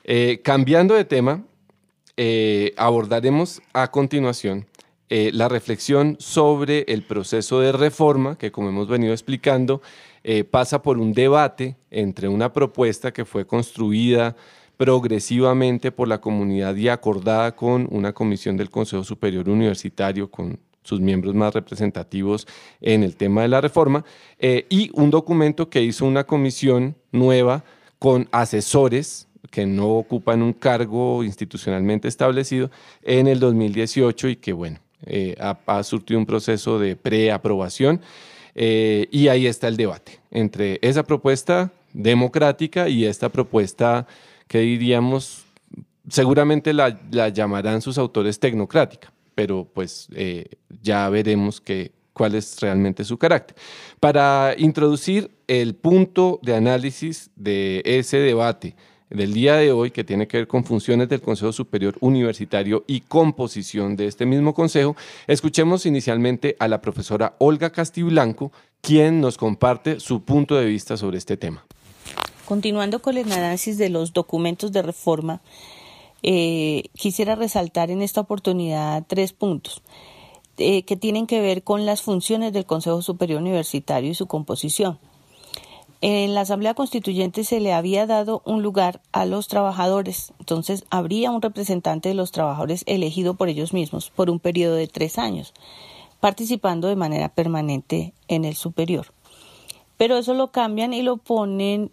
Cambiando de tema, abordaremos a continuación la reflexión sobre el proceso de reforma que, como hemos venido explicando, pasa por un debate entre una propuesta que fue construida progresivamente por la comunidad y acordada con una comisión del Consejo Superior Universitario, con sus miembros más representativos en el tema de la reforma, y un documento que hizo una comisión nueva con asesores que no ocupan un cargo institucionalmente establecido en el 2018 y que, bueno, ha surtido un proceso de preaprobación, y ahí está el debate entre esa propuesta democrática y esta propuesta que diríamos, seguramente la llamarán sus autores tecnocrática, pero pues ya veremos cuál es realmente su carácter. Para introducir el punto de análisis de ese debate del día de hoy, que tiene que ver con funciones del Consejo Superior Universitario y composición de este mismo consejo, escuchemos inicialmente a la profesora Olga Castiblanco, quien nos comparte su punto de vista sobre este tema. Continuando con el análisis de los documentos de reforma, quisiera resaltar en esta oportunidad 3 puntos que tienen que ver con las funciones del Consejo Superior Universitario y su composición. En la Asamblea Constituyente se le había dado un lugar a los trabajadores, entonces habría un representante de los trabajadores elegido por ellos mismos por un periodo de 3 años, participando de manera permanente en el superior. Pero eso lo cambian y lo ponen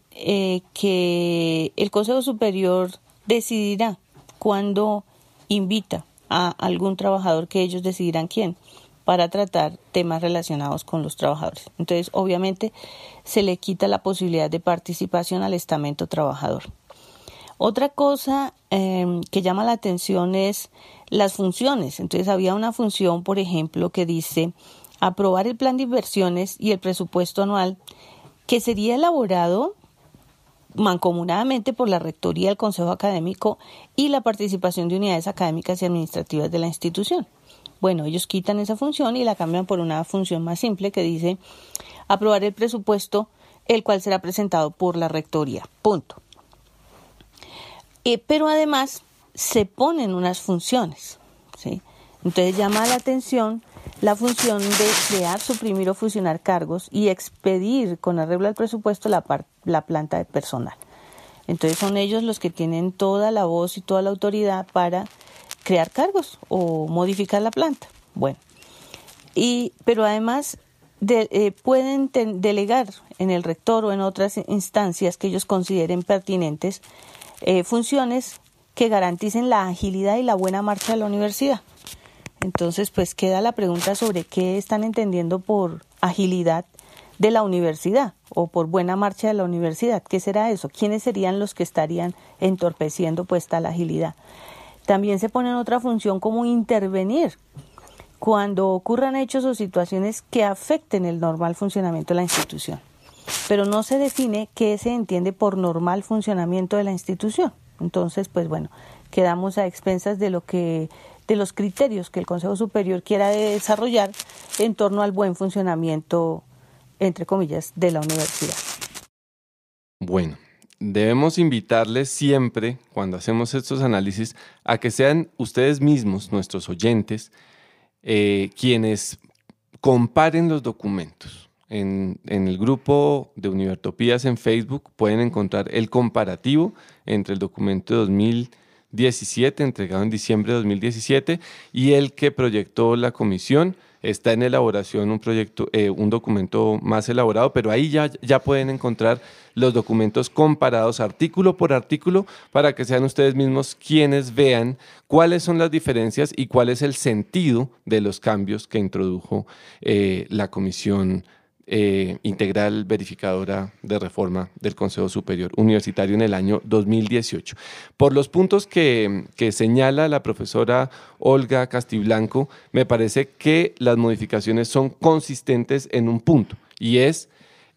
que el Consejo Superior decidirá cuándo invita a algún trabajador, que ellos decidirán quién, para tratar temas relacionados con los trabajadores. Entonces, obviamente, se le quita la posibilidad de participación al estamento trabajador. Otra cosa que llama la atención es las funciones. Entonces, había una función, por ejemplo, que dice aprobar el plan de inversiones y el presupuesto anual, que sería elaborado mancomunadamente por la Rectoría del Consejo Académico y la participación de unidades académicas y administrativas de la institución. Bueno, ellos quitan esa función y la cambian por una función más simple que dice aprobar el presupuesto, el cual será presentado por la Rectoría. Punto. Pero además se ponen unas funciones, ¿sí? Entonces llama la atención la función de crear, suprimir o fusionar cargos y expedir con arreglo al presupuesto la planta de personal. Entonces son ellos los que tienen toda la voz y toda la autoridad para crear cargos o modificar la planta. Bueno, pero además pueden delegar en el rector o en otras instancias que ellos consideren pertinentes funciones que garanticen la agilidad y la buena marcha de la universidad. Entonces, pues queda la pregunta sobre qué están entendiendo por agilidad de la universidad o por buena marcha de la universidad. ¿Qué será eso? ¿Quiénes serían los que estarían entorpeciendo pues tal agilidad? También se pone en otra función como intervenir cuando ocurran hechos o situaciones que afecten el normal funcionamiento de la institución. Pero no se define qué se entiende por normal funcionamiento de la institución. Entonces, pues bueno, quedamos a expensas de los criterios que el Consejo Superior quiera desarrollar en torno al buen funcionamiento, entre comillas, de la universidad. Bueno, debemos invitarles siempre, cuando hacemos estos análisis, a que sean ustedes mismos, nuestros oyentes, quienes comparen los documentos. En el grupo de Univertopías en Facebook pueden encontrar el comparativo entre el documento de 2017, entregado en diciembre de 2017, y el que proyectó la comisión. Está en elaboración un documento más elaborado, pero ahí ya pueden encontrar los documentos comparados artículo por artículo para que sean ustedes mismos quienes vean cuáles son las diferencias y cuál es el sentido de los cambios que introdujo la Comisión Integral Verificadora de Reforma del Consejo Superior Universitario en el año 2018. Por los puntos que señala la profesora Olga Castiblanco, me parece que las modificaciones son consistentes en un punto, y es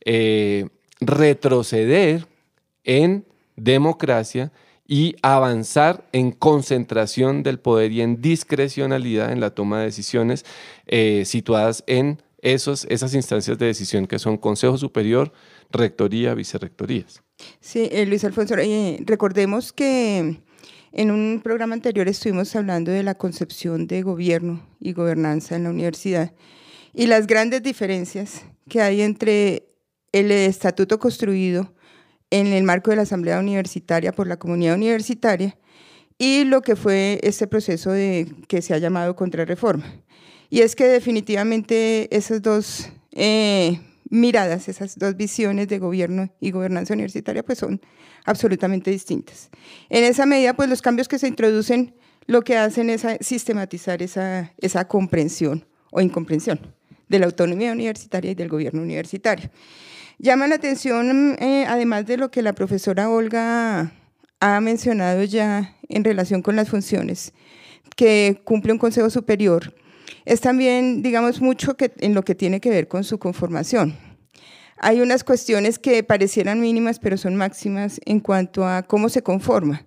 retroceder en democracia y avanzar en concentración del poder y en discrecionalidad en la toma de decisiones situadas en esas instancias de decisión que son Consejo Superior, Rectoría, Vicerrectorías. Sí, Luis Alfonso, recordemos que en un programa anterior estuvimos hablando de la concepción de gobierno y gobernanza en la universidad y las grandes diferencias que hay entre el estatuto construido en el marco de la Asamblea Universitaria por la comunidad universitaria y lo que fue este proceso que se ha llamado Contrarreforma. Y es que definitivamente esas dos miradas, esas dos visiones de gobierno y gobernanza universitaria pues son absolutamente distintas. En esa medida pues los cambios que se introducen lo que hacen es sistematizar esa comprensión o incomprensión de la autonomía universitaria y del gobierno universitario. Llama la atención, además de lo que la profesora Olga ha mencionado ya en relación con las funciones que cumple un Consejo Superior, es también, digamos, mucho en lo que tiene que ver con su conformación. Hay unas cuestiones que parecieran mínimas, pero son máximas en cuanto a cómo se conforma.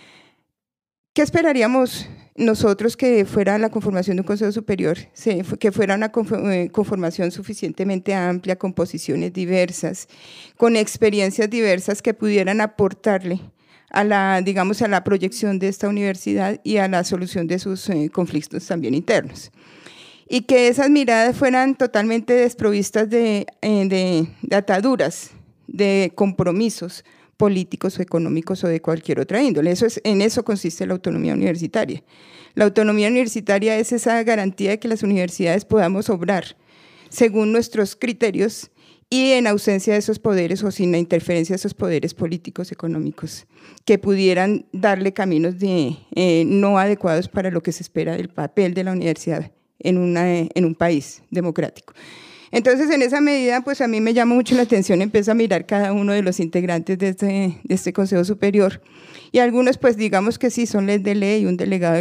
¿Qué esperaríamos nosotros que fuera la conformación de un Consejo Superior? Que fuera una conformación suficientemente amplia, con posiciones diversas, con experiencias diversas que pudieran aportarle a la proyección de esta universidad y a la solución de sus conflictos también internos. Y que esas miradas fueran totalmente desprovistas de ataduras, de compromisos políticos o económicos o de cualquier otra índole. En eso consiste la autonomía universitaria. La autonomía universitaria es esa garantía de que las universidades podamos obrar según nuestros criterios y en ausencia de esos poderes o sin la interferencia de esos poderes políticos, económicos, que pudieran darle caminos no adecuados para lo que se espera del papel de la universidad en un país democrático. Entonces, en esa medida, pues a mí me llama mucho la atención, empiezo a mirar cada uno de los integrantes de este Consejo Superior, y algunos, pues digamos que sí, son de ley, un delegado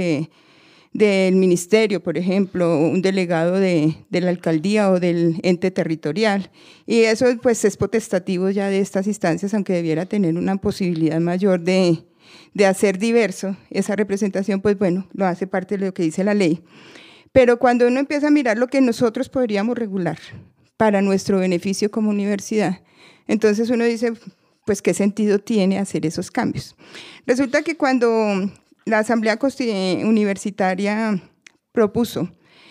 del ministerio, por ejemplo, un delegado de la alcaldía o del ente territorial, y eso pues es potestativo ya de estas instancias, aunque debiera tener una posibilidad mayor de hacer diverso esa representación, pues bueno, lo hace parte de lo que dice la ley. Pero cuando uno empieza a mirar lo que nosotros podríamos regular para nuestro beneficio como universidad, entonces uno dice, pues, ¿qué sentido tiene hacer esos cambios? Resulta que cuando la Asamblea Universitaria propuso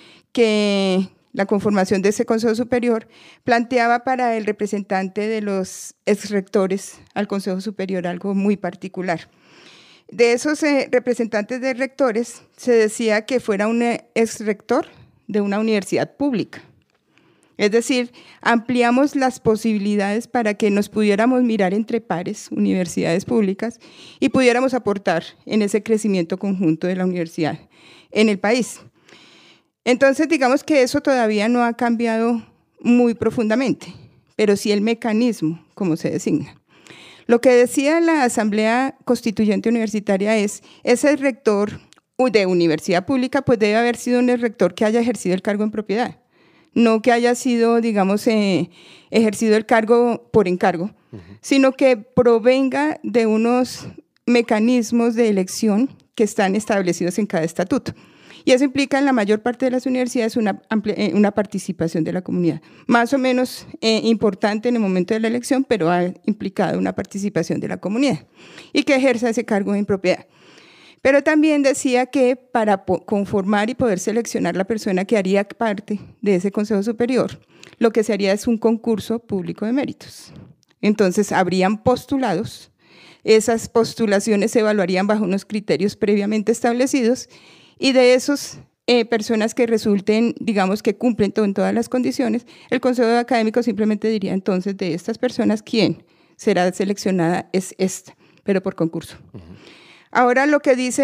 que la conformación de ese Consejo Superior, planteaba para el representante de los exrectores al Consejo Superior algo muy particular. De esos representantes de rectores se decía que fuera un exrector de una universidad pública. Es decir, ampliamos las posibilidades para que nos pudiéramos mirar entre pares, universidades públicas, y pudiéramos aportar en ese crecimiento conjunto de la universidad en el país. Entonces, digamos que eso todavía no ha cambiado muy profundamente, pero sí el mecanismo, como se designa. Lo que decía la Asamblea Constituyente Universitaria es, ese rector de universidad pública pues debe haber sido un rector que haya ejercido el cargo en propiedad, no que haya sido, digamos, ejercido el cargo por encargo, sino que provenga de unos mecanismos de elección que están establecidos en cada estatuto. Y eso implica en la mayor parte de las universidades una participación de la comunidad, más o menos importante en el momento de la elección, pero ha implicado una participación de la comunidad y que ejerza ese cargo en propiedad. Pero también decía que para conformar y poder seleccionar la persona que haría parte de ese Consejo Superior, lo que se haría es un concurso público de méritos. Entonces, habrían postulados, esas postulaciones se evaluarían bajo unos criterios previamente establecidos, y de esas personas que resulten, digamos, que cumplen con todas las condiciones, el Consejo Académico simplemente diría entonces de estas personas, ¿quién será seleccionada? Es esta, pero por concurso. Ahora lo que dice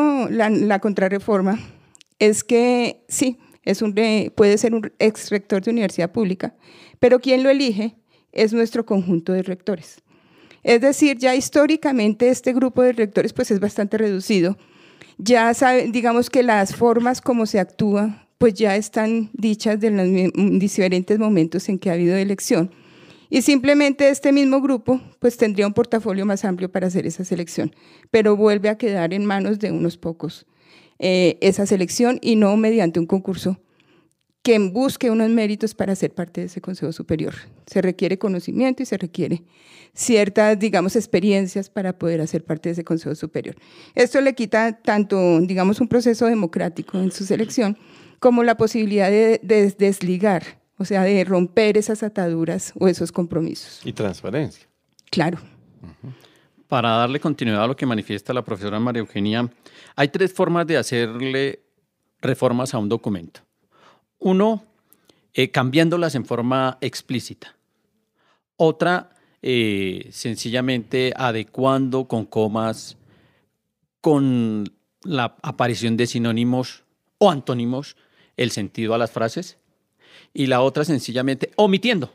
la Contrarreforma es que sí, puede ser un ex rector de universidad pública, pero quien lo elige es nuestro conjunto de rectores. Es decir, ya históricamente este grupo de rectores pues es bastante reducido. Ya digamos que las formas como se actúa pues ya están dichas de los diferentes momentos en que ha habido elección, y simplemente este mismo grupo pues tendría un portafolio más amplio para hacer esa selección, pero vuelve a quedar en manos de unos pocos esa selección y no mediante un concurso que busque unos méritos para ser parte de ese Consejo Superior. Se requiere conocimiento y se requiere ciertas, digamos, experiencias para poder hacer parte de ese Consejo Superior. Esto le quita tanto, digamos, un proceso democrático en su selección, como la posibilidad de desligar, o sea, de romper esas ataduras o esos compromisos. Y transparencia. Claro. Para darle continuidad a lo que manifiesta la profesora María Eugenia, hay 3 formas de hacerle reformas a un documento. Uno, cambiándolas en forma explícita. Otra, sencillamente adecuando con comas, con la aparición de sinónimos o antónimos, el sentido a las frases. Y la otra, sencillamente omitiendo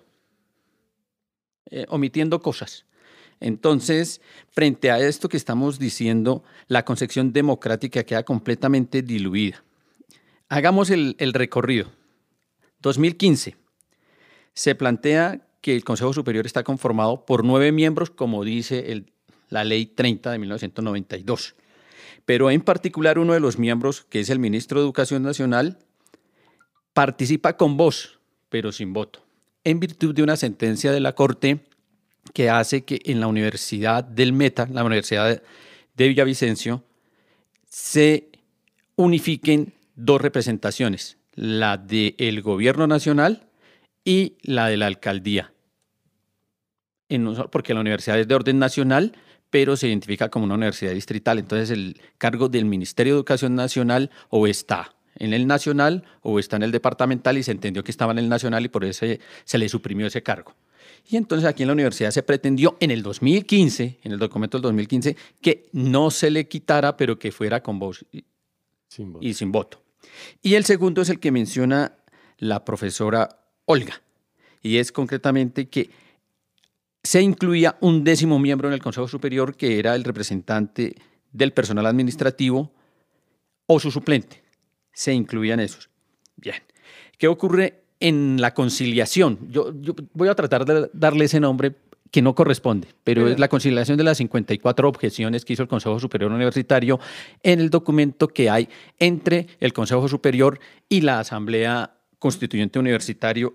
cosas. Entonces, frente a esto que estamos diciendo, la concepción democrática queda completamente diluida. Hagamos el recorrido. 2015. Se plantea que el Consejo Superior está conformado por 9 miembros, como dice la Ley 30 de 1992. Pero en particular uno de los miembros, que es el ministro de Educación Nacional, participa con voz, pero sin voto, en virtud de una sentencia de la Corte que hace que en la Universidad del Meta, la Universidad de Villavicencio, se unifiquen 2 representaciones, la del Gobierno Nacional y la de la Alcaldía. Porque la universidad es de orden nacional, pero se identifica como una universidad distrital. Entonces el cargo del Ministerio de Educación Nacional o está en el nacional o está en el departamental, y se entendió que estaba en el nacional y por eso se le suprimió ese cargo. Y entonces aquí en la universidad se pretendió en el 2015, en el documento del 2015, que no se le quitara, pero que fuera con voz y sin voto. Y el segundo es el que menciona la profesora Olga, y es concretamente que se incluía un 10º miembro en el Consejo Superior, que era el representante del personal administrativo o su suplente. Se incluían esos. Bien. ¿Qué ocurre en la conciliación? Yo voy a tratar de darle ese nombre que no corresponde, pero es la conciliación de las 54 objeciones que hizo el Consejo Superior Universitario en el documento que hay entre el Consejo Superior y la Asamblea Constituyente Universitario.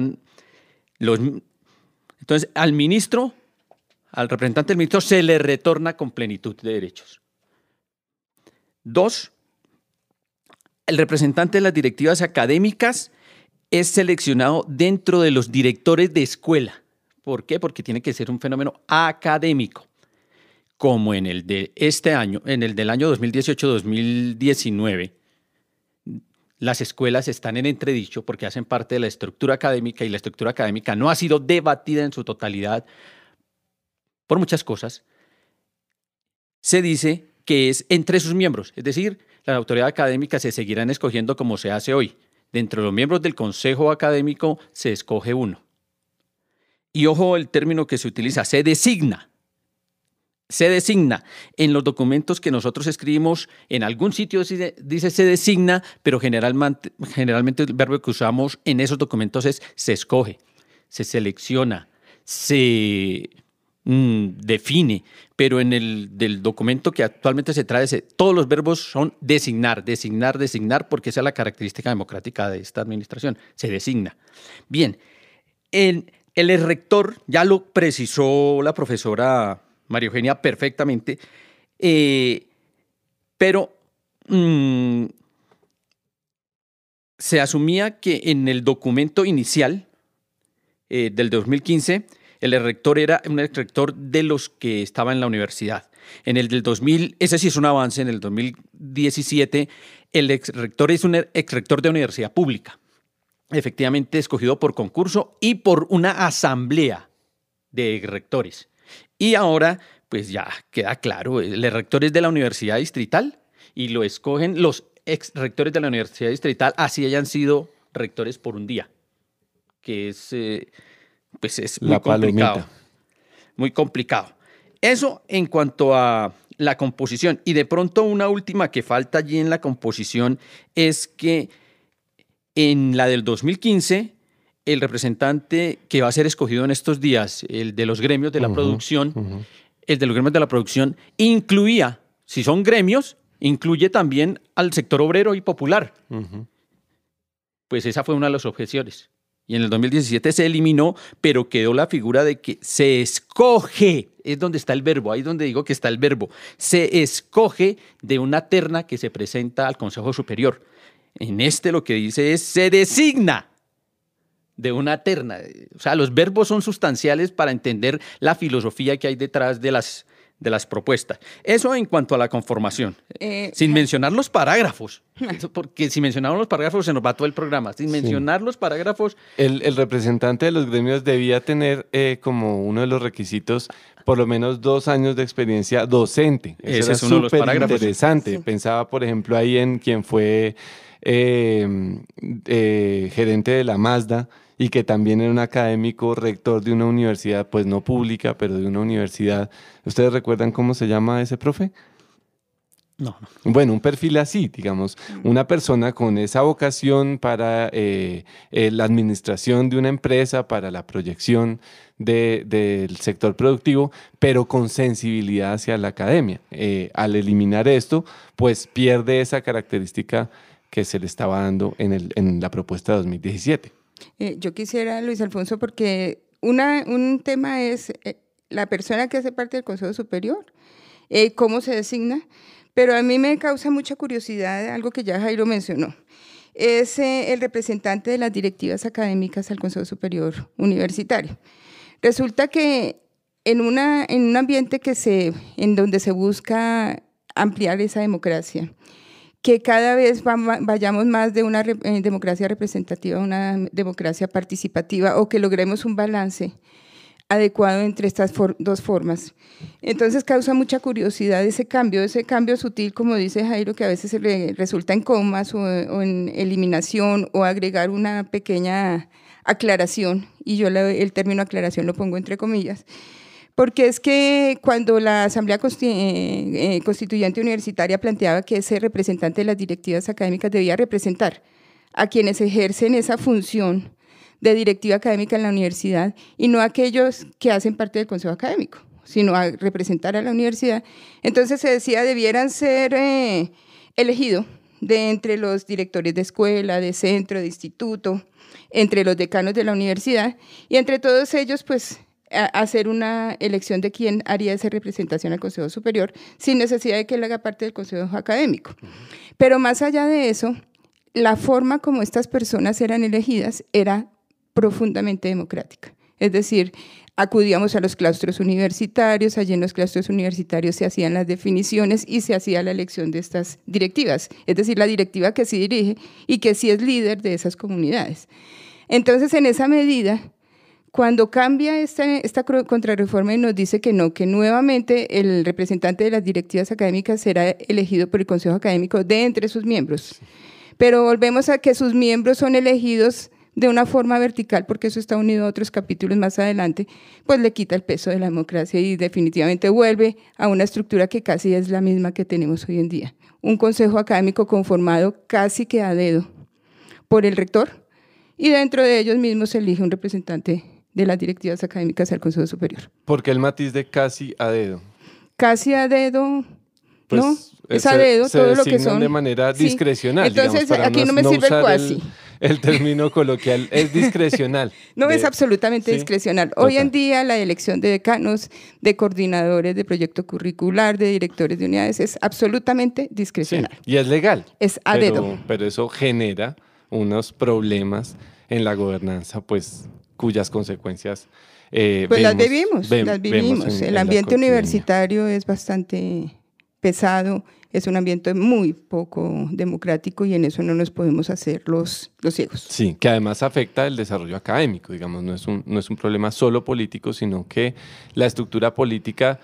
Entonces, al representante del ministro, se le retorna con plenitud de derechos. 2, el representante de las directivas académicas es seleccionado dentro de los directores de escuela. ¿Por qué? Porque tiene que ser un fenómeno académico, como en el de este año, en el del año 2018-2019. Las escuelas están en entredicho porque hacen parte de la estructura académica, y la estructura académica no ha sido debatida en su totalidad por muchas cosas. Se dice que es entre sus miembros, es decir, las autoridades académicas se seguirán escogiendo como se hace hoy. Dentro de los miembros del Consejo Académico se escoge uno. Y ojo el término que se utiliza, se designa. Se designa. En los documentos que nosotros escribimos, en algún sitio dice se designa, pero generalmente el verbo que usamos en esos documentos es se escoge, se selecciona, se define. Pero en el del documento que actualmente se trae, todos los verbos son designar, designar, designar, porque esa es la característica democrática de esta administración. Se designa. Bien, el rector, ya lo precisó la profesora María Eugenia perfectamente, pero se asumía que en el documento inicial del 2015 el rector era un rector de los que estaba en la universidad. En el del 2000, ese sí es un avance, en el 2017 el exrector es un exrector de universidad pública, efectivamente escogido por concurso y por una asamblea de rectores. Y ahora, pues ya queda claro, el rector es de la universidad distrital y lo escogen los ex rectores de la universidad distrital, así hayan sido rectores por un día, que es, pues es muy complicado. Muy complicado. Eso en cuanto a la composición. Y de pronto una última que falta allí en la composición es que en la del 2015, el representante que va a ser escogido en estos días, el de los gremios de la producción, el de los gremios de la producción incluía, si son gremios, incluye también al sector obrero y popular. Pues esa fue una de las objeciones. Y en el 2017 se eliminó, pero quedó la figura de que se escoge, es donde está el verbo, ahí es donde digo que está el verbo, se escoge de una terna que se presenta al Consejo Superior. En este lo que dice es se designa de una terna. O sea, los verbos son sustanciales para entender la filosofía que hay detrás de las propuestas. Eso en cuanto a la conformación. Sin mencionar los parágrafos, porque si mencionamos los parágrafos se nos va todo el programa. Sin mencionar los parágrafos... El representante de los gremios debía tener como uno de los requisitos por lo menos 2 años de experiencia docente. Ese es uno de los parágrafos. Interesante. Sí. Pensaba, por ejemplo, ahí en quien fue gerente de la Mazda y que también era un académico rector de una universidad, pues no pública, pero de una universidad. ¿Ustedes recuerdan cómo se llama ese profe? No. Bueno, un perfil así, digamos, una persona con esa vocación para la administración de una empresa, para la proyección del sector productivo, pero con sensibilidad hacia la academia. Al eliminar esto, pues pierde esa característica que se le estaba dando en la propuesta de 2017. Yo quisiera, Luis Alfonso, porque un tema es la persona que hace parte del Consejo Superior, cómo se designa, pero a mí me causa mucha curiosidad algo que ya Jairo mencionó. Es el representante de las directivas académicas al Consejo Superior Universitario. Resulta que en un ambiente en donde se busca ampliar esa democracia, que cada vez vayamos más de una democracia representativa a una democracia participativa o que logremos un balance adecuado entre estas dos formas. Entonces causa mucha curiosidad ese cambio sutil, como dice Jairo, que a veces resulta en comas o en eliminación o agregar una pequeña aclaración, y yo el término aclaración lo pongo entre comillas, porque es que cuando la Asamblea Constituyente Universitaria planteaba que ese representante de las directivas académicas debía representar a quienes ejercen esa función de directiva académica en la universidad y no a aquellos que hacen parte del consejo académico, sino a representar a la universidad, entonces se decía debieran ser elegidos de entre los directores de escuela, de centro, de instituto, entre los decanos de la universidad, y entre todos ellos pues hacer una elección de quién haría esa representación al Consejo Superior sin necesidad de que él haga parte del Consejo Académico. Pero más allá de eso, la forma como estas personas eran elegidas era profundamente democrática. Es decir, acudíamos a los claustros universitarios, allí en los claustros universitarios se hacían las definiciones y se hacía la elección de estas directivas, es decir, la directiva que sí dirige y que sí es líder de esas comunidades. Entonces, en esa medida, cuando cambia esta contrarreforma y nos dice que no, que nuevamente el representante de las directivas académicas será elegido por el Consejo Académico de entre sus miembros, pero volvemos a que sus miembros son elegidos de una forma vertical, porque eso está unido a otros capítulos más adelante, pues le quita el peso de la democracia y definitivamente vuelve a una estructura que casi es la misma que tenemos hoy en día. Un consejo académico conformado casi que a dedo por el rector, y dentro de ellos mismos se elige un representante de las directivas académicas al Consejo Superior. ¿Por qué el matiz de casi a dedo? Casi a dedo, pues, ¿no? Es a dedo todo lo que son. De manera discrecional. Entonces, digamos, para aquí no me sirve el cuasi. El término coloquial es discrecional. No, es absolutamente discrecional. Hoy en día la elección de decanos, de coordinadores de proyecto curricular, de directores de unidades es absolutamente discrecional. Sí, y es legal. Es a dedo. Pero eso genera unos problemas en la gobernanza, pues cuyas consecuencias pues las vivimos. El ambiente universitario es bastante pesado, es un ambiente muy poco democrático y en eso no nos podemos hacer los ciegos. Sí, que además afecta el desarrollo académico, digamos, no es un problema solo político, sino que la estructura política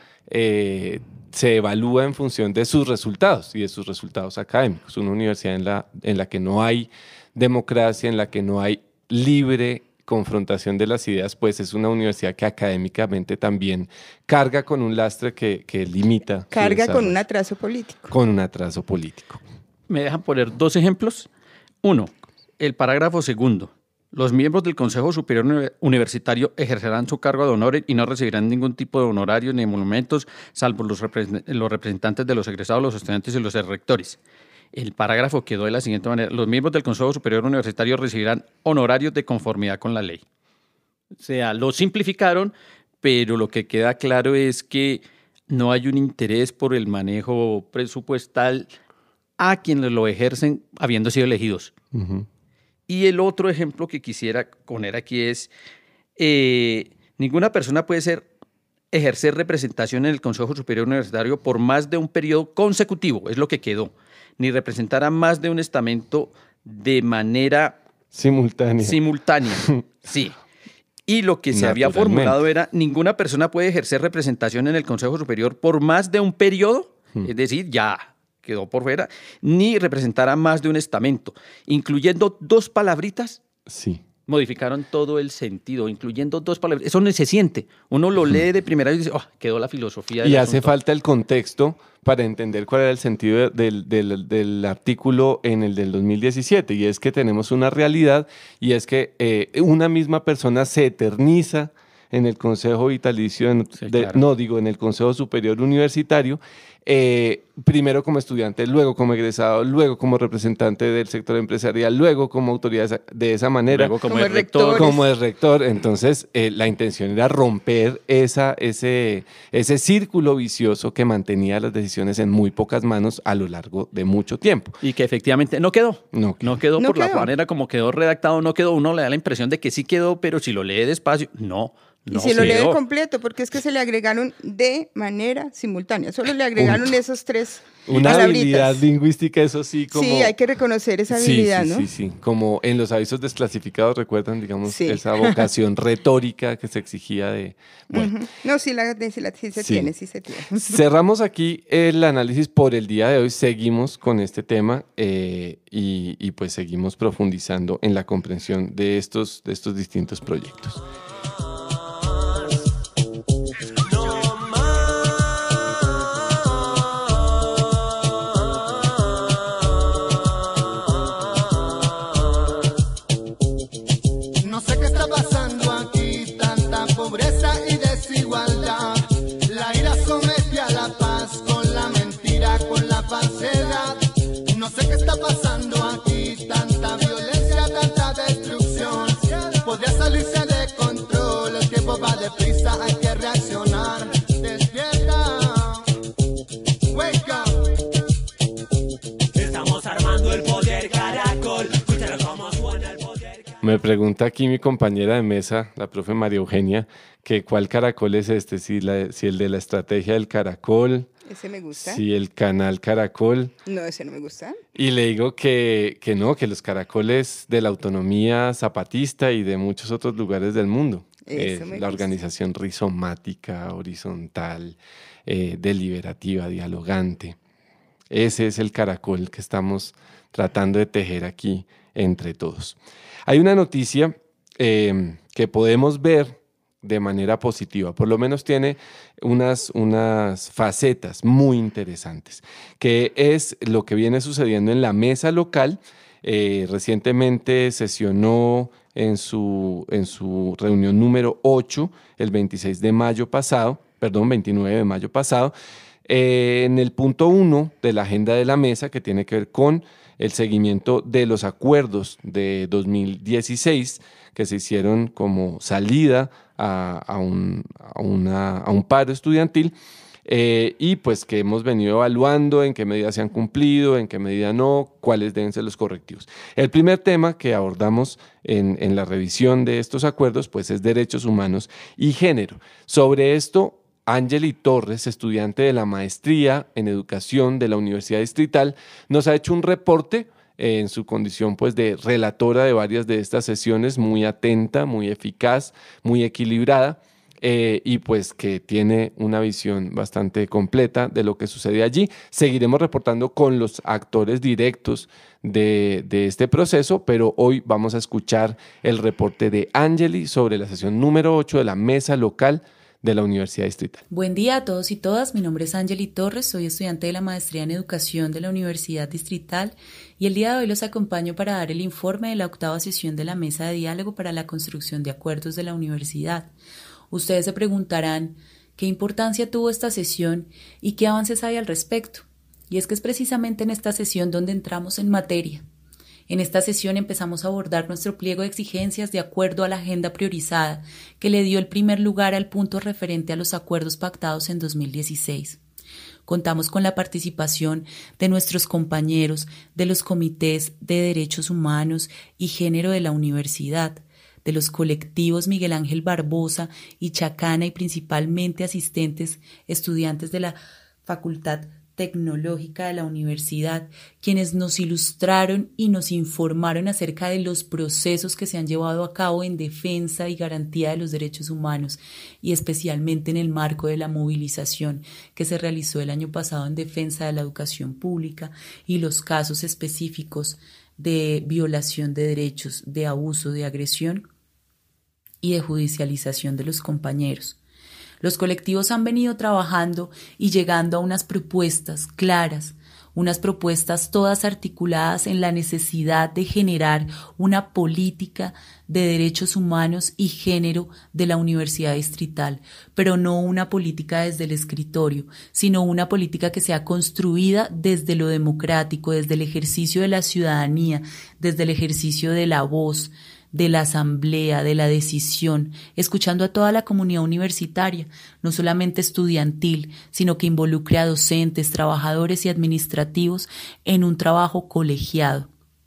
se evalúa en función de sus resultados y de sus resultados académicos. Una universidad en la que no hay democracia, en la que no hay libre confrontación de las ideas, pues es una universidad que académicamente también carga con un lastre que limita. Carga con un atraso político. Con un atraso político. ¿Me dejan poner 2 ejemplos? 1, el parágrafo 2. Los miembros del Consejo Superior Universitario ejercerán su cargo de honor y no recibirán ningún tipo de honorarios ni emolumentos, salvo los representantes de los egresados, los estudiantes y los rectores. el parágrafo quedó de la siguiente manera: los miembros del Consejo Superior Universitario recibirán honorarios de conformidad con la ley. O sea, lo simplificaron, pero lo que queda claro es que no hay un interés por el manejo presupuestal a quienes lo ejercen habiendo sido elegidos. Uh-huh. Y el otro ejemplo que quisiera poner aquí es, ninguna persona puede ejercer representación en el Consejo Superior Universitario por más de un periodo consecutivo, es lo que quedó, ni representar a más de un estamento de manera simultánea. Sí. Y lo que se había formulado era, ninguna persona puede ejercer representación en el Consejo Superior por más de un periodo, es decir, ya quedó por fuera, ni representar a más de un estamento, incluyendo dos palabritas. Sí. Modificaron todo el sentido, incluyendo dos palabras. Eso no se siente. Uno lo lee de primera y dice, quedó la filosofía del Y asunto. hace falta el contexto para entender cuál era el sentido del artículo en el del 2017. Y es que tenemos una realidad, y es que una misma persona se eterniza en el Consejo Vitalicio, en el Consejo Superior Universitario, primero como estudiante, luego como egresado, luego como representante del sector empresarial, luego como autoridad de esa manera. Luego como el rector. Como el rector. Entonces, la intención era romper ese círculo vicioso que mantenía las decisiones en muy pocas manos a lo largo de mucho tiempo. Y que efectivamente no quedó. No quedó por la manera como quedó redactado, no quedó. Uno le da la impresión de que sí quedó, pero si lo lee despacio, no. Y si lo lee completo, porque es que se le agregaron de manera simultánea. Solo le agregaron esos tres Una palabritas. Habilidad lingüística, eso sí, como... Sí, hay que reconocer esa habilidad, ¿no? Sí. Como en los avisos desclasificados, recuerdan, digamos, esa vocación retórica que se exigía de... Bueno. Uh-huh. No, sí se tiene. Cerramos aquí el análisis por el día de hoy. Seguimos con este tema y pues seguimos profundizando en la comprensión de estos distintos proyectos. No sé qué está pasando aquí, tanta violencia, tanta destrucción. Podría salirse de control, el tiempo va deprisa, hay que reaccionar. Despierta, wake up. Estamos armando el poder Caracol. Escúchalo cómo suena el poder Caracol. Me pregunta aquí mi compañera de mesa, la profe María Eugenia, que cuál caracol es este, si el de la estrategia del caracol. Ese me gusta. Sí, el canal Caracol. No, ese no me gusta. Y le digo que no, que los caracoles de la autonomía zapatista y de muchos otros lugares del mundo. La organización rizomática, horizontal, deliberativa, dialogante. Ese es el caracol que estamos tratando de tejer aquí entre todos. Hay una noticia que podemos ver de manera positiva, por lo menos tiene unas facetas muy interesantes, que es lo que viene sucediendo en la mesa local. Recientemente sesionó en su reunión número 8, el 29 de mayo pasado, en el punto 1 de la agenda de la mesa, que tiene que ver con el seguimiento de los acuerdos de 2016 que se hicieron como salida a un paro estudiantil, y pues que hemos venido evaluando en qué medida se han cumplido, en qué medida no, cuáles deben ser los correctivos. El primer tema que abordamos en la revisión de estos acuerdos pues es derechos humanos y género. Sobre esto, Ángeli Torres, estudiante de la maestría en educación de la Universidad Distrital, nos ha hecho un reporte en su condición pues de relatora de varias de estas sesiones, muy atenta, muy eficaz, muy equilibrada, y pues que tiene una visión bastante completa de lo que sucede allí. Seguiremos reportando con los actores directos de este proceso, pero hoy vamos a escuchar el reporte de Ángeli sobre la sesión número 8 de la mesa local de la Universidad Distrital. Buen día a todos y todas, mi nombre es Ángeli Torres, soy estudiante de la maestría en educación de la Universidad Distrital y el día de hoy los acompaño para dar el informe de la 8ª sesión de la Mesa de Diálogo para la Construcción de Acuerdos de la Universidad. Ustedes se preguntarán qué importancia tuvo esta sesión y qué avances hay al respecto. Y es que es precisamente en esta sesión donde entramos en materia. En esta sesión empezamos a abordar nuestro pliego de exigencias de acuerdo a la agenda priorizada que le dio el primer lugar al punto referente a los acuerdos pactados en 2016. Contamos con la participación de nuestros compañeros de los comités de derechos humanos y género de la universidad, de los colectivos Miguel Ángel Barbosa y Chacana y principalmente asistentes estudiantes de la Facultad Tecnológica de la universidad, quienes nos ilustraron y nos informaron acerca de los procesos que se han llevado a cabo en defensa y garantía de los derechos humanos y especialmente en el marco de la movilización que se realizó el año pasado en defensa de la educación pública y los casos específicos de violación de derechos, de abuso, de agresión y de judicialización de los compañeros. Los colectivos han venido trabajando y llegando a unas propuestas claras, unas propuestas todas articuladas en la necesidad de generar una política de derechos humanos y género de la Universidad Distrital, pero no una política desde el escritorio, sino una política que sea construida desde lo democrático, desde el ejercicio de la ciudadanía, desde el ejercicio de la voz, de la asamblea, de la decisión, escuchando a toda la comunidad universitaria, no solamente estudiantil, sino que involucre a docentes, trabajadores y administrativos en un trabajo colegiado.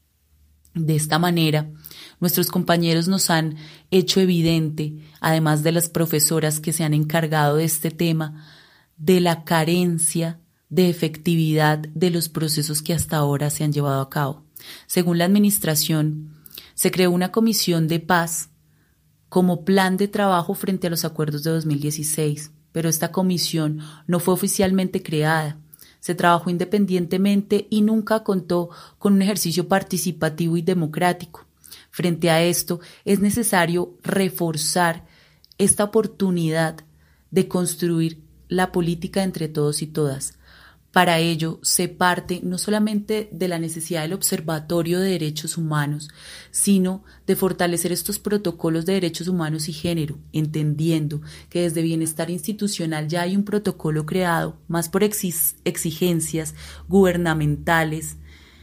De esta manera, nuestros compañeros nos han hecho evidente, además de las profesoras que se han encargado de este tema, de la carencia de efectividad de los procesos que hasta ahora se han llevado a cabo. Según la administración, se creó una comisión de paz como plan de trabajo frente a los acuerdos de 2016, pero esta comisión no fue oficialmente creada. Se trabajó independientemente y nunca contó con un ejercicio participativo y democrático. Frente a esto, es necesario reforzar esta oportunidad de construir la política entre todos y todas. Para ello, se parte no solamente de la necesidad del Observatorio de Derechos Humanos, sino de fortalecer estos protocolos de derechos humanos y género, entendiendo que desde bienestar institucional ya hay un protocolo creado, más por exigencias gubernamentales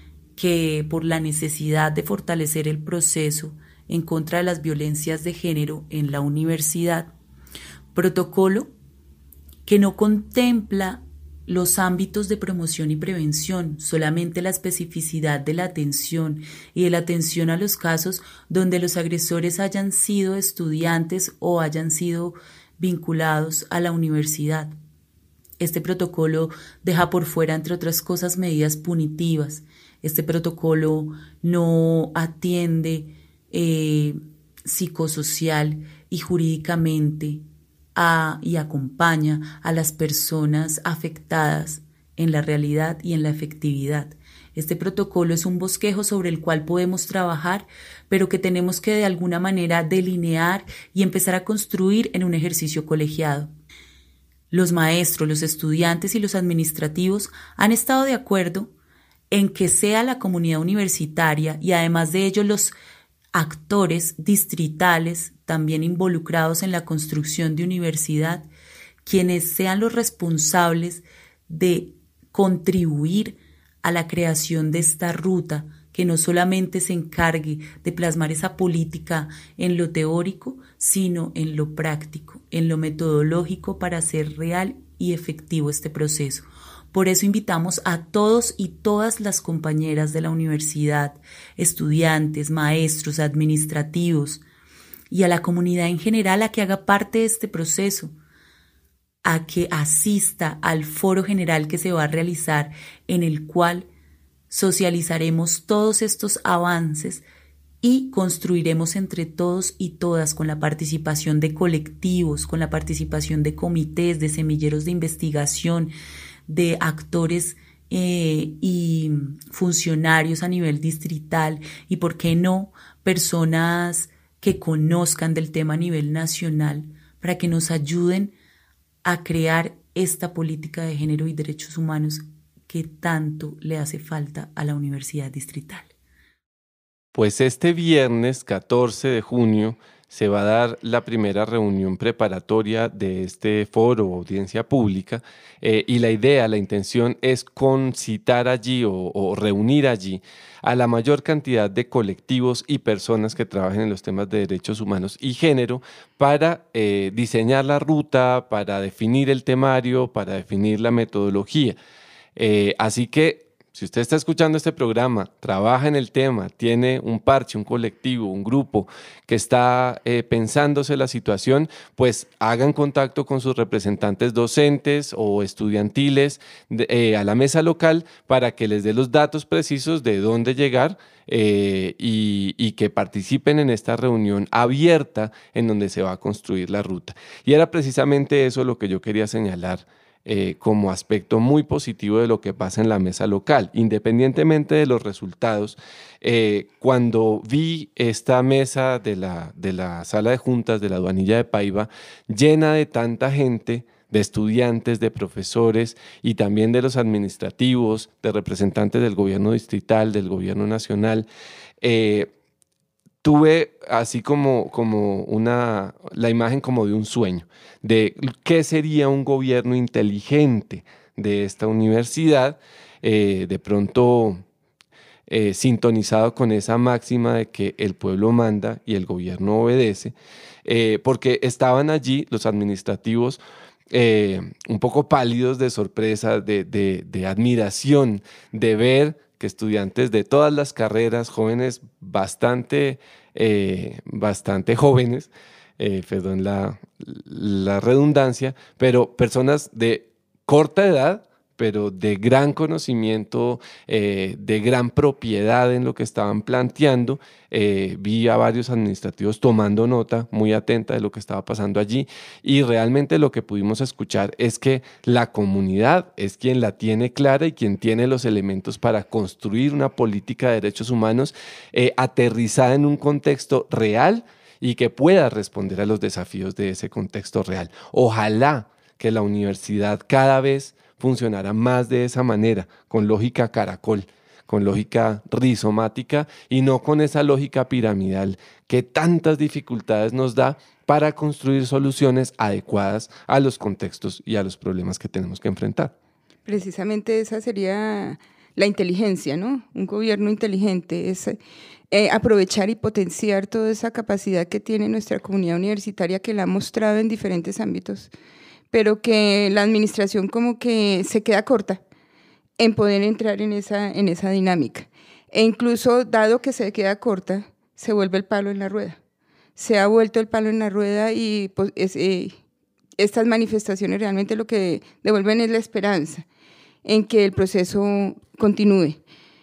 que por la necesidad de fortalecer el proceso en contra de las violencias de género en la universidad. Protocolo que no contempla los ámbitos de promoción y prevención, solamente la especificidad de la atención y de la atención a los casos donde los agresores hayan sido estudiantes o hayan sido vinculados a la universidad. Este protocolo deja por fuera, entre otras cosas, medidas punitivas. Este protocolo no atiende psicosocial y jurídicamente y acompaña a las personas afectadas en la realidad y en la efectividad. Este protocolo es un bosquejo sobre el cual podemos trabajar, pero que tenemos que de alguna manera delinear y empezar a construir en un ejercicio colegiado. Los maestros, los estudiantes y los administrativos han estado de acuerdo en que sea la comunidad universitaria y además de ello los actores distritales también involucrados en la construcción de universidad, quienes sean los responsables de contribuir a la creación de esta ruta que no solamente se encargue de plasmar esa política en lo teórico, sino en lo práctico, en lo metodológico para hacer real y efectivo este proceso. Por eso invitamos a todos y todas las compañeras de la universidad, estudiantes, maestros, administrativos y a la comunidad en general a que haga parte de este proceso, a que asista al foro general que se va a realizar en el cual socializaremos todos estos avances y construiremos entre todos y todas con la participación de colectivos, con la participación de comités, de semilleros de investigación, de actores y funcionarios a nivel distrital y, ¿por qué no?, personas que conozcan del tema a nivel nacional para que nos ayuden a crear esta política de género y derechos humanos que tanto le hace falta a la Universidad Distrital. Pues este viernes 14 de junio se va a dar la primera reunión preparatoria de este foro o audiencia pública, y la idea, la intención es concitar allí o reunir allí a la mayor cantidad de colectivos y personas que trabajen en los temas de derechos humanos y género para diseñar la ruta, para definir el temario, para definir la metodología. Así que si usted está escuchando este programa, trabaja en el tema, tiene un parche, un colectivo, un grupo que está pensándose la situación, pues hagan contacto con sus representantes docentes o estudiantiles a la mesa local para que les dé los datos precisos de dónde llegar y que participen en esta reunión abierta en donde se va a construir la ruta. Y era precisamente eso lo que yo quería señalar como aspecto muy positivo de lo que pasa en la mesa local, independientemente de los resultados. Cuando vi esta mesa de la sala de juntas de la Aduanilla de Paiva llena de tanta gente, de estudiantes, de profesores y también de los administrativos, de representantes del gobierno distrital, del gobierno nacional, tuve así como la imagen como de un sueño, de qué sería un gobierno inteligente de esta universidad, de pronto sintonizado con esa máxima de que el pueblo manda y el gobierno obedece, porque estaban allí los administrativos un poco pálidos de sorpresa, de admiración, de ver que estudiantes de todas las carreras, jóvenes bastante jóvenes, perdón la redundancia, pero personas de corta edad, pero de gran conocimiento, de gran propiedad en lo que estaban planteando. Vi a varios administrativos tomando nota muy atenta de lo que estaba pasando allí, y realmente lo que pudimos escuchar es que la comunidad es quien la tiene clara y quien tiene los elementos para construir una política de derechos humanos aterrizada en un contexto real y que pueda responder a los desafíos de ese contexto real. Ojalá que la universidad cada vez funcionará más de esa manera, con lógica caracol, con lógica rizomática y no con esa lógica piramidal que tantas dificultades nos da para construir soluciones adecuadas a los contextos y a los problemas que tenemos que enfrentar. Precisamente esa sería la inteligencia, ¿no? Un gobierno inteligente es aprovechar y potenciar toda esa capacidad que tiene nuestra comunidad universitaria, que la ha mostrado en diferentes ámbitos, pero que la administración como que se queda corta en poder entrar en esa dinámica. E incluso, dado que se queda corta, se vuelve el palo en la rueda. Se ha vuelto el palo en la rueda y pues, estas manifestaciones realmente lo que devuelven es la esperanza en que el proceso continúe.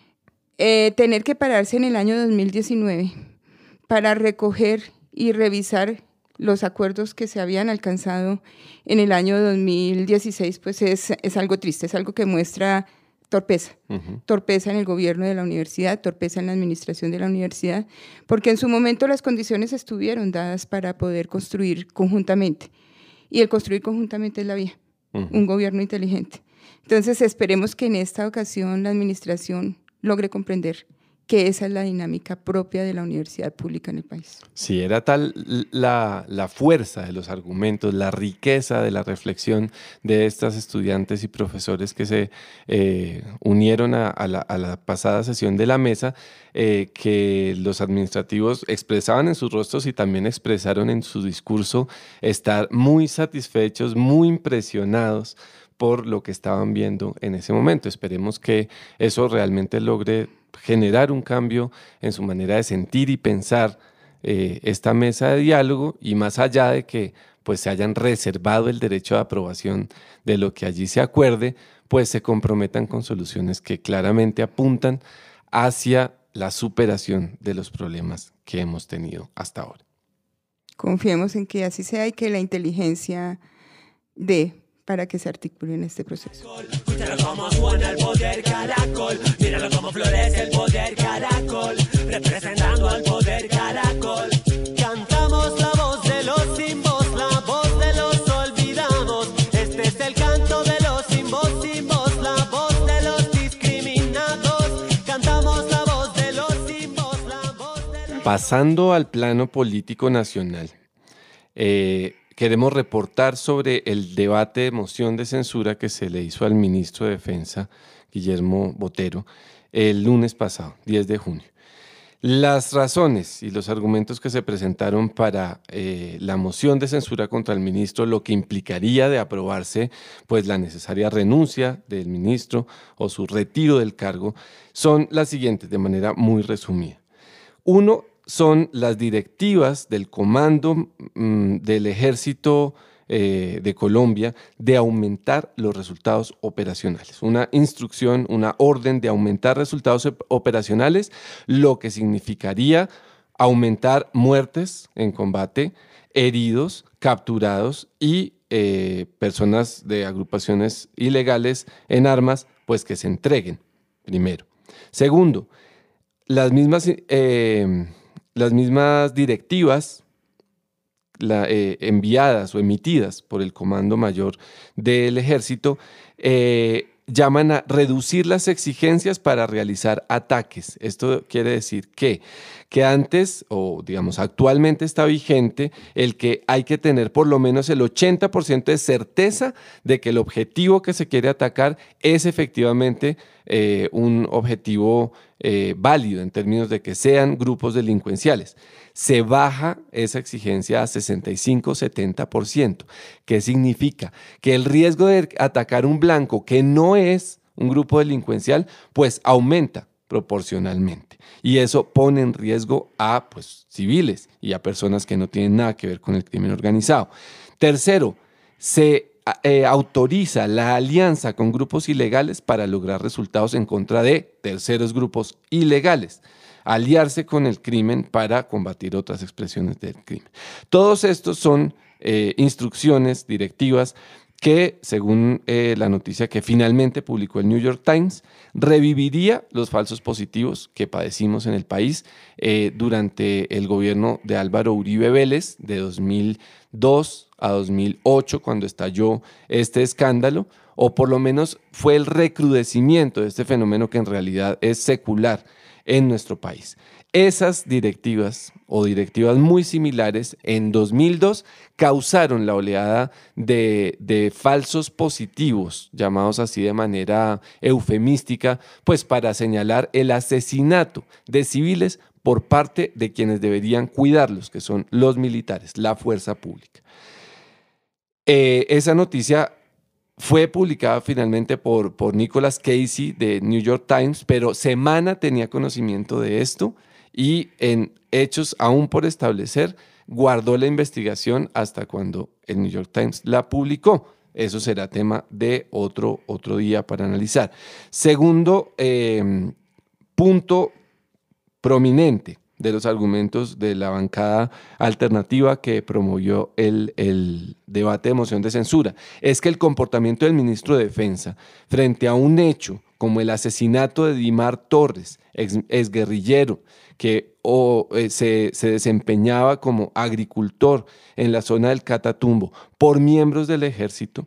Tener que pararse en el año 2019 para recoger y revisar los acuerdos que se habían alcanzado en el año 2016, pues es algo triste, es algo que muestra torpeza, torpeza en el gobierno de la universidad, torpeza en la administración de la universidad, porque en su momento las condiciones estuvieron dadas para poder construir conjuntamente, y el construir conjuntamente es la vía, un gobierno inteligente. Entonces esperemos que en esta ocasión la administración logre comprender que esa es la dinámica propia de la universidad pública en el país. Sí, era tal la fuerza de los argumentos, la riqueza de la reflexión de estas estudiantes y profesores que se unieron a la pasada sesión de la mesa, que los administrativos expresaban en sus rostros y también expresaron en su discurso estar muy satisfechos, muy impresionados por lo que estaban viendo en ese momento. Esperemos que eso realmente logre generar un cambio en su manera de sentir y pensar esta mesa de diálogo, y más allá de que pues, se hayan reservado el derecho de aprobación de lo que allí se acuerde, pues se comprometan con soluciones que claramente apuntan hacia la superación de los problemas que hemos tenido hasta ahora. Confiemos en que así sea y que la inteligencia dé para que se articule en este proceso. Míralo cómo suena el poder caracol, míralo cómo florece el poder caracol, representando al poder caracol. Cantamos la voz de los sin voz, la voz de los olvidados. Este es el canto de los sin voz, la voz de los discriminados. Cantamos la voz de los sin voz, la voz de los... Pasando al plano político nacional, queremos reportar sobre el debate de moción de censura que se le hizo al ministro de Defensa, Guillermo Botero, el lunes pasado, 10 de junio. Las razones y los argumentos que se presentaron para la moción de censura contra el ministro, lo que implicaría de aprobarse pues la necesaria renuncia del ministro o su retiro del cargo, son las siguientes de manera muy resumida. Uno, son las directivas del Comando del Ejército de Colombia de aumentar los resultados operacionales. Una instrucción, una orden de aumentar resultados operacionales, lo que significaría aumentar muertes en combate, heridos, capturados y personas de agrupaciones ilegales en armas, pues que se entreguen, primero. Segundo, las mismas directivas enviadas o emitidas por el Comando Mayor del Ejército llaman a reducir las exigencias para realizar ataques. Esto quiere decir que antes, o digamos actualmente está vigente, el que hay que tener por lo menos el 80% de certeza de que el objetivo que se quiere atacar es efectivamente un objetivo válido en términos de que sean grupos delincuenciales. Se baja esa exigencia a 65-70%. ¿Qué significa? Que el riesgo de atacar un blanco que no es un grupo delincuencial, pues aumenta proporcionalmente. Y eso pone en riesgo a civiles y a personas que no tienen nada que ver con el crimen organizado. Tercero, se autoriza la alianza con grupos ilegales para lograr resultados en contra de terceros grupos ilegales. Aliarse con el crimen para combatir otras expresiones del crimen. Todos estos son instrucciones, directivas que, según la noticia que finalmente publicó el New York Times, reviviría los falsos positivos que padecimos en el país durante el gobierno de Álvaro Uribe Vélez de 2002 a 2008, cuando estalló este escándalo, o por lo menos fue el recrudecimiento de este fenómeno que en realidad es secular en nuestro país. Esas directivas o directivas muy similares en 2002 causaron la oleada de falsos positivos, llamados así de manera eufemística, pues para señalar el asesinato de civiles por parte de quienes deberían cuidarlos, que son los militares, la fuerza pública. Esa noticia fue publicada finalmente por Nicholas Casey de New York Times, pero Semana tenía conocimiento de esto y en hechos aún por establecer guardó la investigación hasta cuando el New York Times la publicó. Eso será tema de otro día para analizar. Segundo punto prominente de los argumentos de la bancada alternativa que promovió el debate de moción de censura, es que el comportamiento del ministro de Defensa frente a un hecho como el asesinato de Dimar Torres, exguerrillero, que se desempeñaba como agricultor en la zona del Catatumbo por miembros del ejército,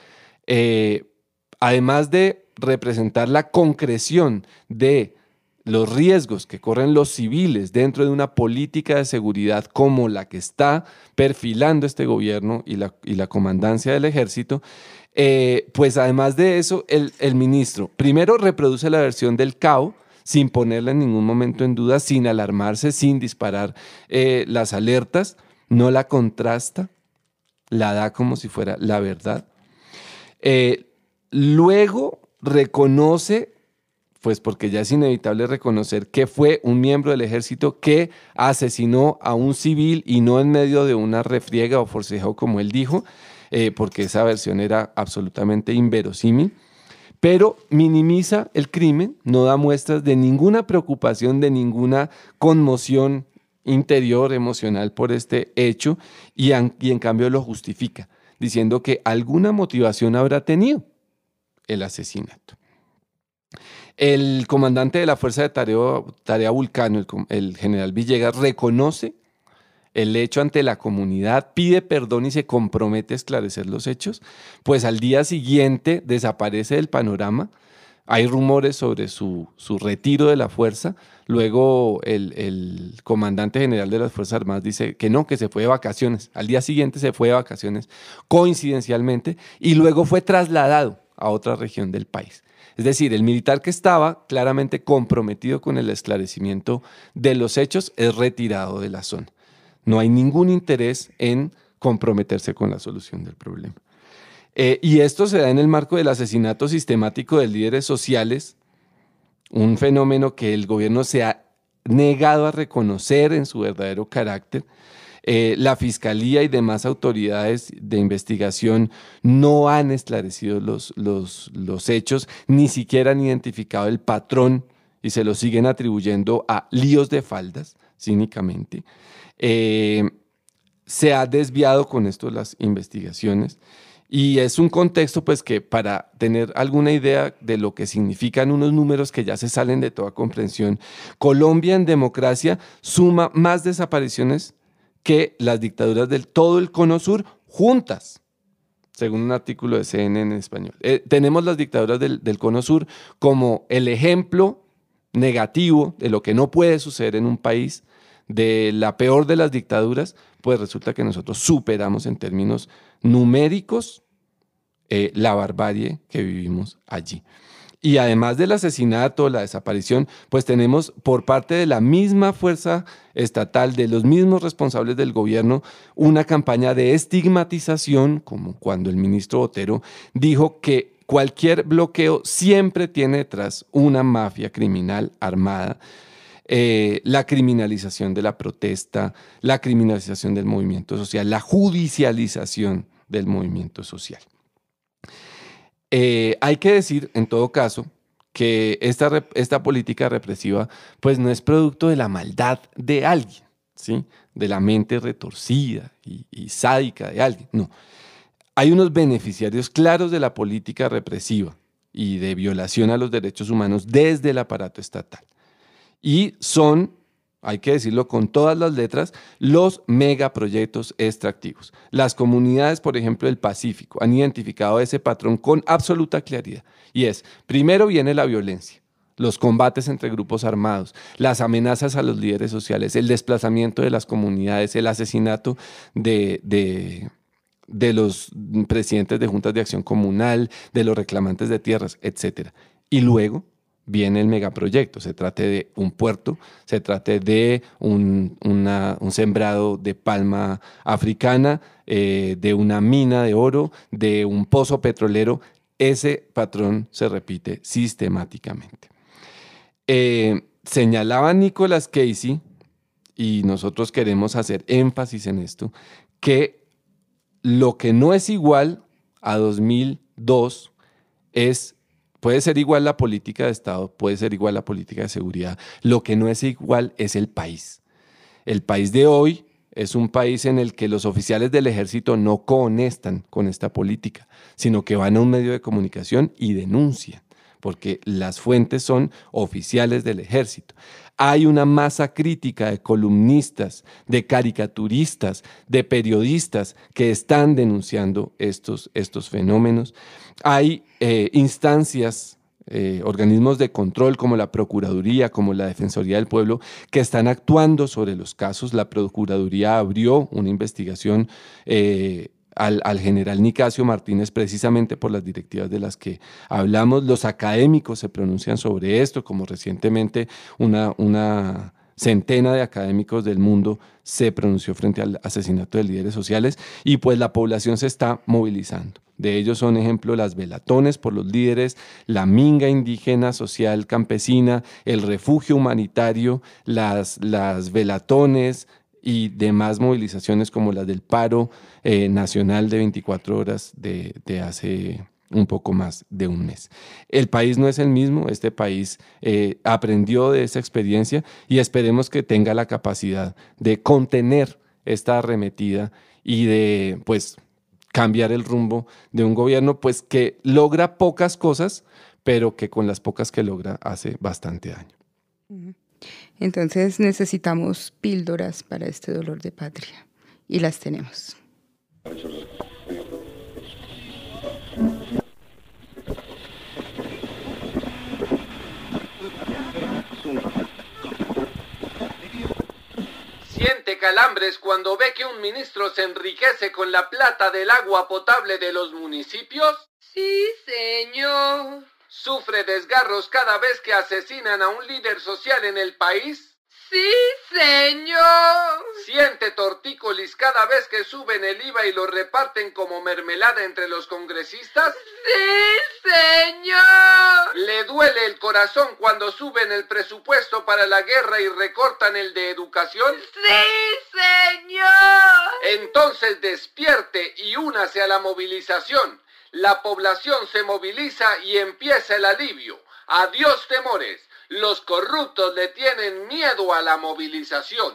además de representar la concreción de los riesgos que corren los civiles dentro de una política de seguridad como la que está perfilando este gobierno y la comandancia del ejército, pues además de eso, el ministro primero reproduce la versión del CAO sin ponerla en ningún momento en duda, sin alarmarse, sin disparar las alertas, no la contrasta, la da como si fuera la verdad. Luego reconoce, pues porque ya es inevitable reconocer que fue un miembro del ejército que asesinó a un civil y no en medio de una refriega o forcejeo como él dijo, porque esa versión era absolutamente inverosímil, pero minimiza el crimen, no da muestras de ninguna preocupación, de ninguna conmoción interior, emocional por este hecho y en cambio lo justifica, diciendo que alguna motivación habrá tenido el asesinato. El comandante de la Fuerza de Tarea Vulcano, el general Villegas, reconoce el hecho ante la comunidad, pide perdón y se compromete a esclarecer los hechos, pues al día siguiente desaparece del panorama Hay rumores sobre su retiro de la fuerza. Luego el comandante general de las Fuerzas Armadas dice que no, que se fue de vacaciones. Al día siguiente se fue de vacaciones, coincidencialmente, y luego fue trasladado a otra región del país. Es decir, el militar que estaba claramente comprometido con el esclarecimiento de los hechos es retirado de la zona. No hay ningún interés en comprometerse con la solución del problema. Y esto se da en el marco del asesinato sistemático de líderes sociales, un fenómeno que el gobierno se ha negado a reconocer en su verdadero carácter. La Fiscalía y demás autoridades de investigación no han esclarecido los hechos, ni siquiera han identificado el patrón y se lo siguen atribuyendo a líos de faldas, cínicamente. Se ha desviado con esto las investigaciones. Y es un contexto pues que para tener alguna idea de lo que significan unos números que ya se salen de toda comprensión, Colombia en democracia suma más desapariciones que las dictaduras del todo el Cono Sur juntas, según un artículo de CNN en español. Tenemos las dictaduras del Cono Sur como el ejemplo negativo de lo que no puede suceder en un país, de la peor de las dictaduras, pues resulta que nosotros superamos en términos numéricos la barbarie que vivimos allí. Y además del asesinato, la desaparición, pues tenemos por parte de la misma fuerza estatal, de los mismos responsables del gobierno, una campaña de estigmatización, como cuando el ministro Botero dijo que cualquier bloqueo siempre tiene detrás una mafia criminal armada. La criminalización de la protesta, la criminalización del movimiento social, la judicialización del movimiento social. Hay que decir, en todo caso, que esta política represiva pues no es producto de la maldad de alguien, ¿sí? De la mente retorcida y sádica de alguien. No. Hay unos beneficiarios claros de la política represiva y de violación a los derechos humanos desde el aparato estatal. Y son, hay que decirlo con todas las letras, los megaproyectos extractivos. Las comunidades, por ejemplo, del Pacífico, han identificado ese patrón con absoluta claridad. Y es, primero viene la violencia, los combates entre grupos armados, las amenazas a los líderes sociales, el desplazamiento de las comunidades, el asesinato de los presidentes de juntas de acción comunal, de los reclamantes de tierras, etc. Y luego viene el megaproyecto, se trate de un puerto, se trate de un sembrado de palma africana, de una mina de oro, de un pozo petrolero. Ese patrón se repite sistemáticamente. Señalaba Nicholas Casey, y nosotros queremos hacer énfasis en esto, que lo que no es igual a 2002 puede ser igual la política de Estado, puede ser igual la política de seguridad. Lo que no es igual es el país. El país de hoy es un país en el que los oficiales del ejército no cohonestan con esta política, sino que van a un medio de comunicación y denuncian, porque las fuentes son oficiales del ejército. Hay una masa crítica de columnistas, de caricaturistas, de periodistas que están denunciando estos fenómenos. Hay instancias, organismos de control como la Procuraduría, como la Defensoría del Pueblo, que están actuando sobre los casos. La Procuraduría abrió una investigación al general Nicasio Martínez precisamente por las directivas de las que hablamos. Los académicos se pronuncian sobre esto, como recientemente una centena de académicos del mundo se pronunció frente al asesinato de líderes sociales, y pues la población se está movilizando. De ellos son ejemplo las velatones por los líderes, la minga indígena social campesina, el refugio humanitario, las velatones y demás movilizaciones como las del paro nacional de 24 horas de hace un poco más de un mes. El país no es el mismo, este país aprendió de esa experiencia y esperemos que tenga la capacidad de contener esta arremetida y de pues cambiar el rumbo de un gobierno pues que logra pocas cosas, pero que con las pocas que logra hace bastante daño. Entonces necesitamos píldoras para este dolor de patria y las tenemos. calambres cuando ve que un ministro se enriquece con la plata del agua potable de los municipios? Sí, señor. ¿Sufre desgarros cada vez que asesinan a un líder social en el país? Sí, señor. ¿Siente tortícolis cada vez que suben el IVA y lo reparten como mermelada entre los congresistas? Sí, señor. ¿Le duele el corazón cuando suben el presupuesto para la guerra y recortan el de educación? Sí, señor. Entonces despierte y únase a la movilización. La población se moviliza y empieza el alivio. Adiós temores. Los corruptos le tienen miedo a la movilización.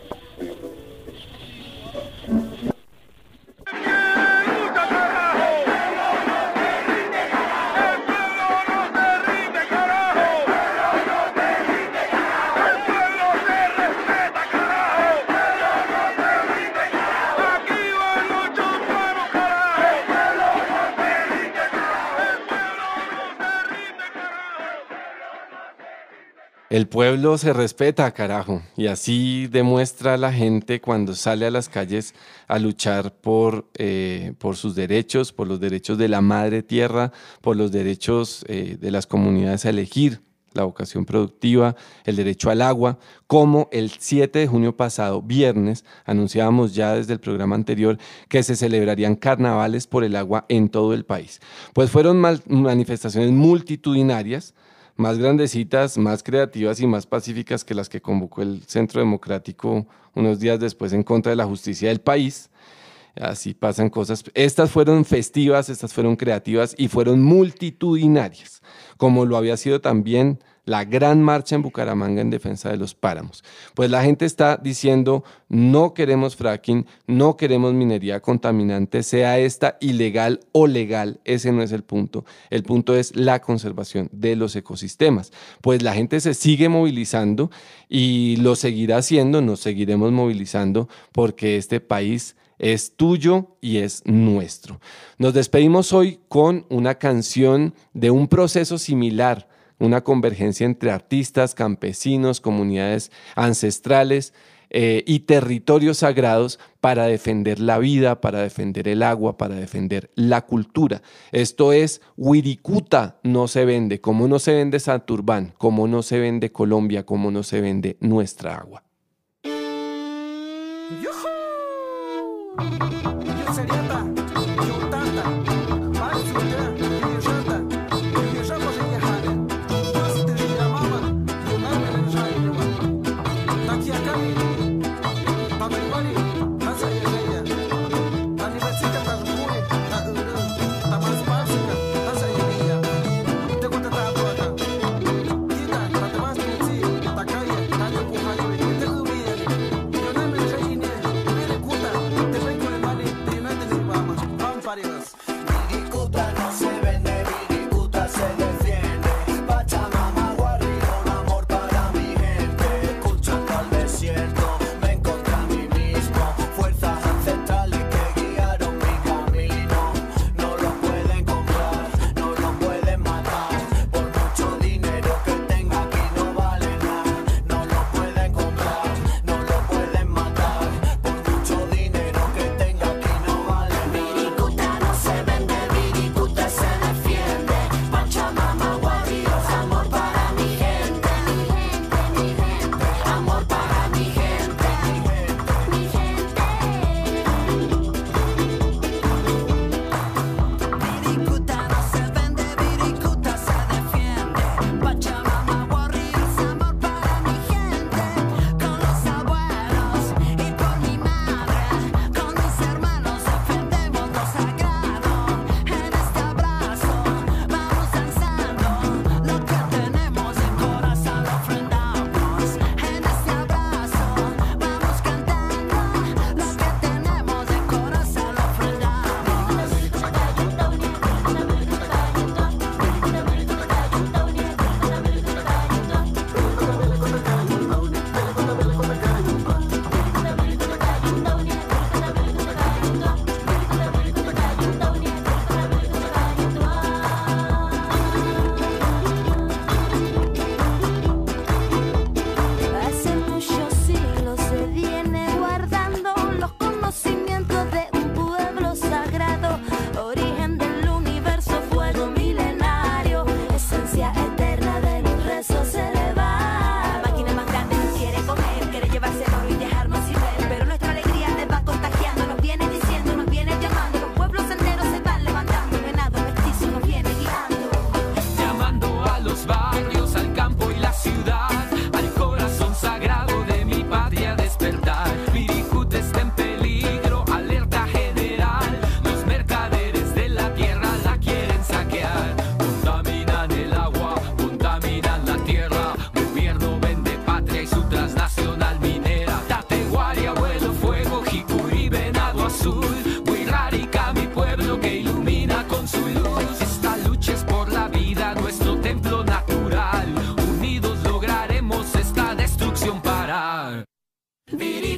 El pueblo se respeta, carajo, y así demuestra la gente cuando sale a las calles a luchar por sus derechos, por los derechos de la madre tierra, por los derechos de las comunidades a elegir la vocación productiva, el derecho al agua, como el 7 de junio pasado, viernes, anunciábamos ya desde el programa anterior que se celebrarían carnavales por el agua en todo el país. Pues fueron manifestaciones multitudinarias, más grandecitas, más creativas y más pacíficas que las que convocó el Centro Democrático unos días después en contra de la justicia del país. Así pasan cosas. Estas fueron festivas, estas fueron creativas y fueron multitudinarias, como lo había sido también la gran marcha en Bucaramanga en defensa de los páramos. Pues la gente está diciendo, no queremos fracking, no queremos minería contaminante, sea esta ilegal o legal, ese no es el punto. El punto es la conservación de los ecosistemas. Pues la gente se sigue movilizando y lo seguirá haciendo, nos seguiremos movilizando porque este país es tuyo y es nuestro. Nos despedimos hoy con una canción de un proceso similar, una convergencia entre artistas, campesinos, comunidades ancestrales y territorios sagrados para defender la vida, para defender el agua, para defender la cultura. Esto es Wirikuta no se vende, como no se vende Santurbán, como no se vende Colombia, como no se vende nuestra agua.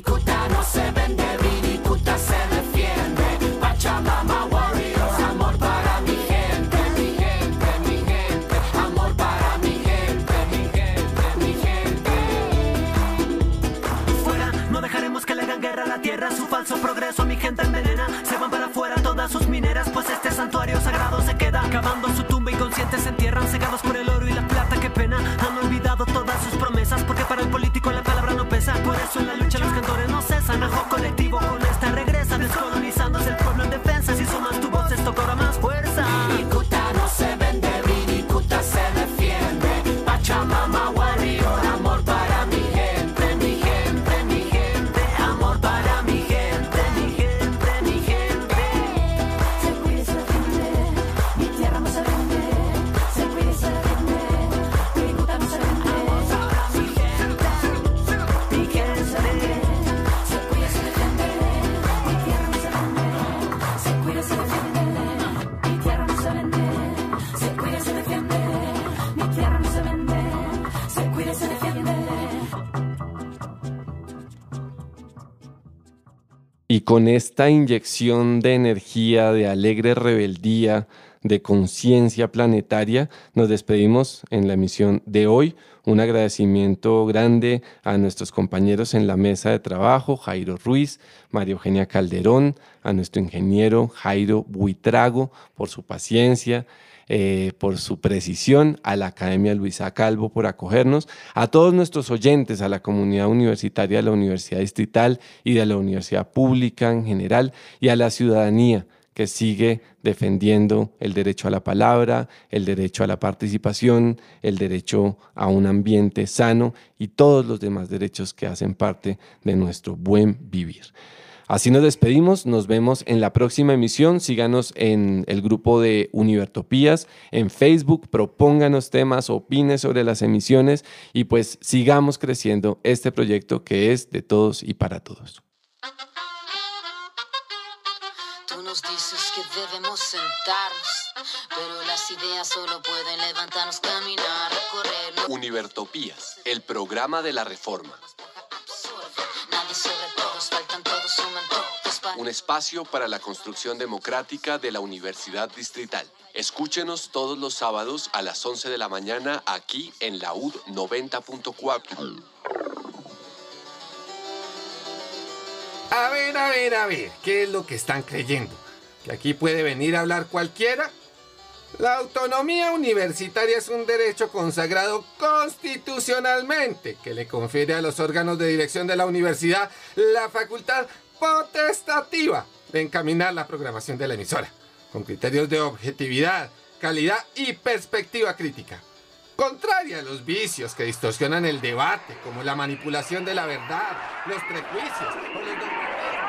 Viricuta no se vende, Viricuta se defiende. Pachamama Warriors, amor para mi gente, mi gente, mi gente. Amor para mi gente, mi gente, mi gente. Fuera, no dejaremos que le hagan guerra a la tierra. Su falso progreso a mi gente envenena. Se van para afuera todas sus mineras, pues este santuario sagrado se queda. Cavando su tumba inconscientes se entierran, cegados por el oro y la plata, qué pena. Han olvidado todas sus promesas, porque para el político la palabra no pesa. Por eso en la lucha los cantores no cesan. Ajo colectivo con esta regresa, descolonizándose el pueblo en defensa. Si sumas tu voz esto cobra más fuerza. Viricuta no se vende, Viricuta se defiende. Pachamama Warrior, amor para mi gente, mi gente, mi gente. Amor para mi gente, mi gente, mi gente. Se cuida y se defiende, mi tierra no se vende. Se cuida y se defiende, Viricuta no se vende. Amor para mi gente, mi gente. Se cuida y se defiende, mi tierra no se vende. Se cuida y se defiende, mi tierra no se vende. Se cuida y se defiende, mi tierra no se vende. Se cuida y se defiende. Y con esta inyección de energía, de alegre rebeldía, de conciencia planetaria, nos despedimos en la emisión de hoy. Un agradecimiento grande a nuestros compañeros en la mesa de trabajo, Jairo Ruiz, María Eugenia Calderón, a nuestro ingeniero Jairo Buitrago por su paciencia, por su precisión, a la Academia Luisa Calvo por acogernos, a todos nuestros oyentes, a la comunidad universitaria de la Universidad Distrital y de la Universidad Pública en general, y a la ciudadanía que sigue defendiendo el derecho a la palabra, el derecho a la participación, el derecho a un ambiente sano y todos los demás derechos que hacen parte de nuestro buen vivir. Así nos despedimos, nos vemos en la próxima emisión. Síganos en el grupo de Univertopías en Facebook, propónganos temas, opine sobre las emisiones y pues sigamos creciendo este proyecto que es de todos y para todos. Tú nos dices que debemos sentarnos, pero las ideas solo pueden levantarnos, caminar, recorrer. Univertopías, el programa de la reforma. Nadie sobre todos, faltan todos, suman todos. Un espacio para la construcción democrática de la Universidad Distrital. Escúchenos todos los sábados a las 11 de la mañana aquí en la UD 90.4. A ver, ¿qué es lo que están creyendo? ¿Que aquí puede venir a hablar cualquiera? La autonomía universitaria es un derecho consagrado constitucionalmente que le confiere a los órganos de dirección de la universidad la facultad potestativa de encaminar la programación de la emisora, con criterios de objetividad, calidad y perspectiva crítica. Contraria a los vicios que distorsionan el debate, como la manipulación de la verdad, los prejuicios o los dogmatismos.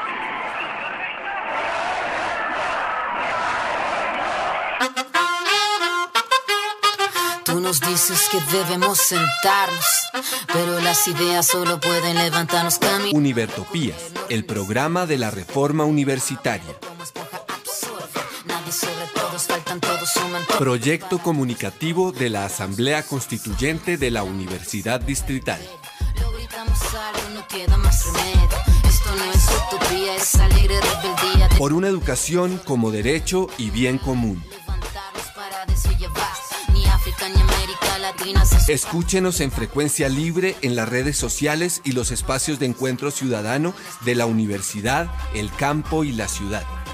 Tú nos dices que debemos sentarnos, pero las ideas solo pueden levantarnos, caminar. Univertopías, el programa de la reforma universitaria. Nadie sobre todos, faltan todos, suman todos. Proyecto comunicativo de la Asamblea Constituyente de la Universidad Distrital. Lo gritamos algo, no queda más remedio. Esto no es utopía, es alegre rebeldía. Por una educación como derecho y bien común. Levantarnos para decir ya basta. Ni África ni América Latina se... Escúchenos en frecuencia libre en las redes sociales y los espacios de encuentro ciudadano de la universidad, el campo y la ciudad.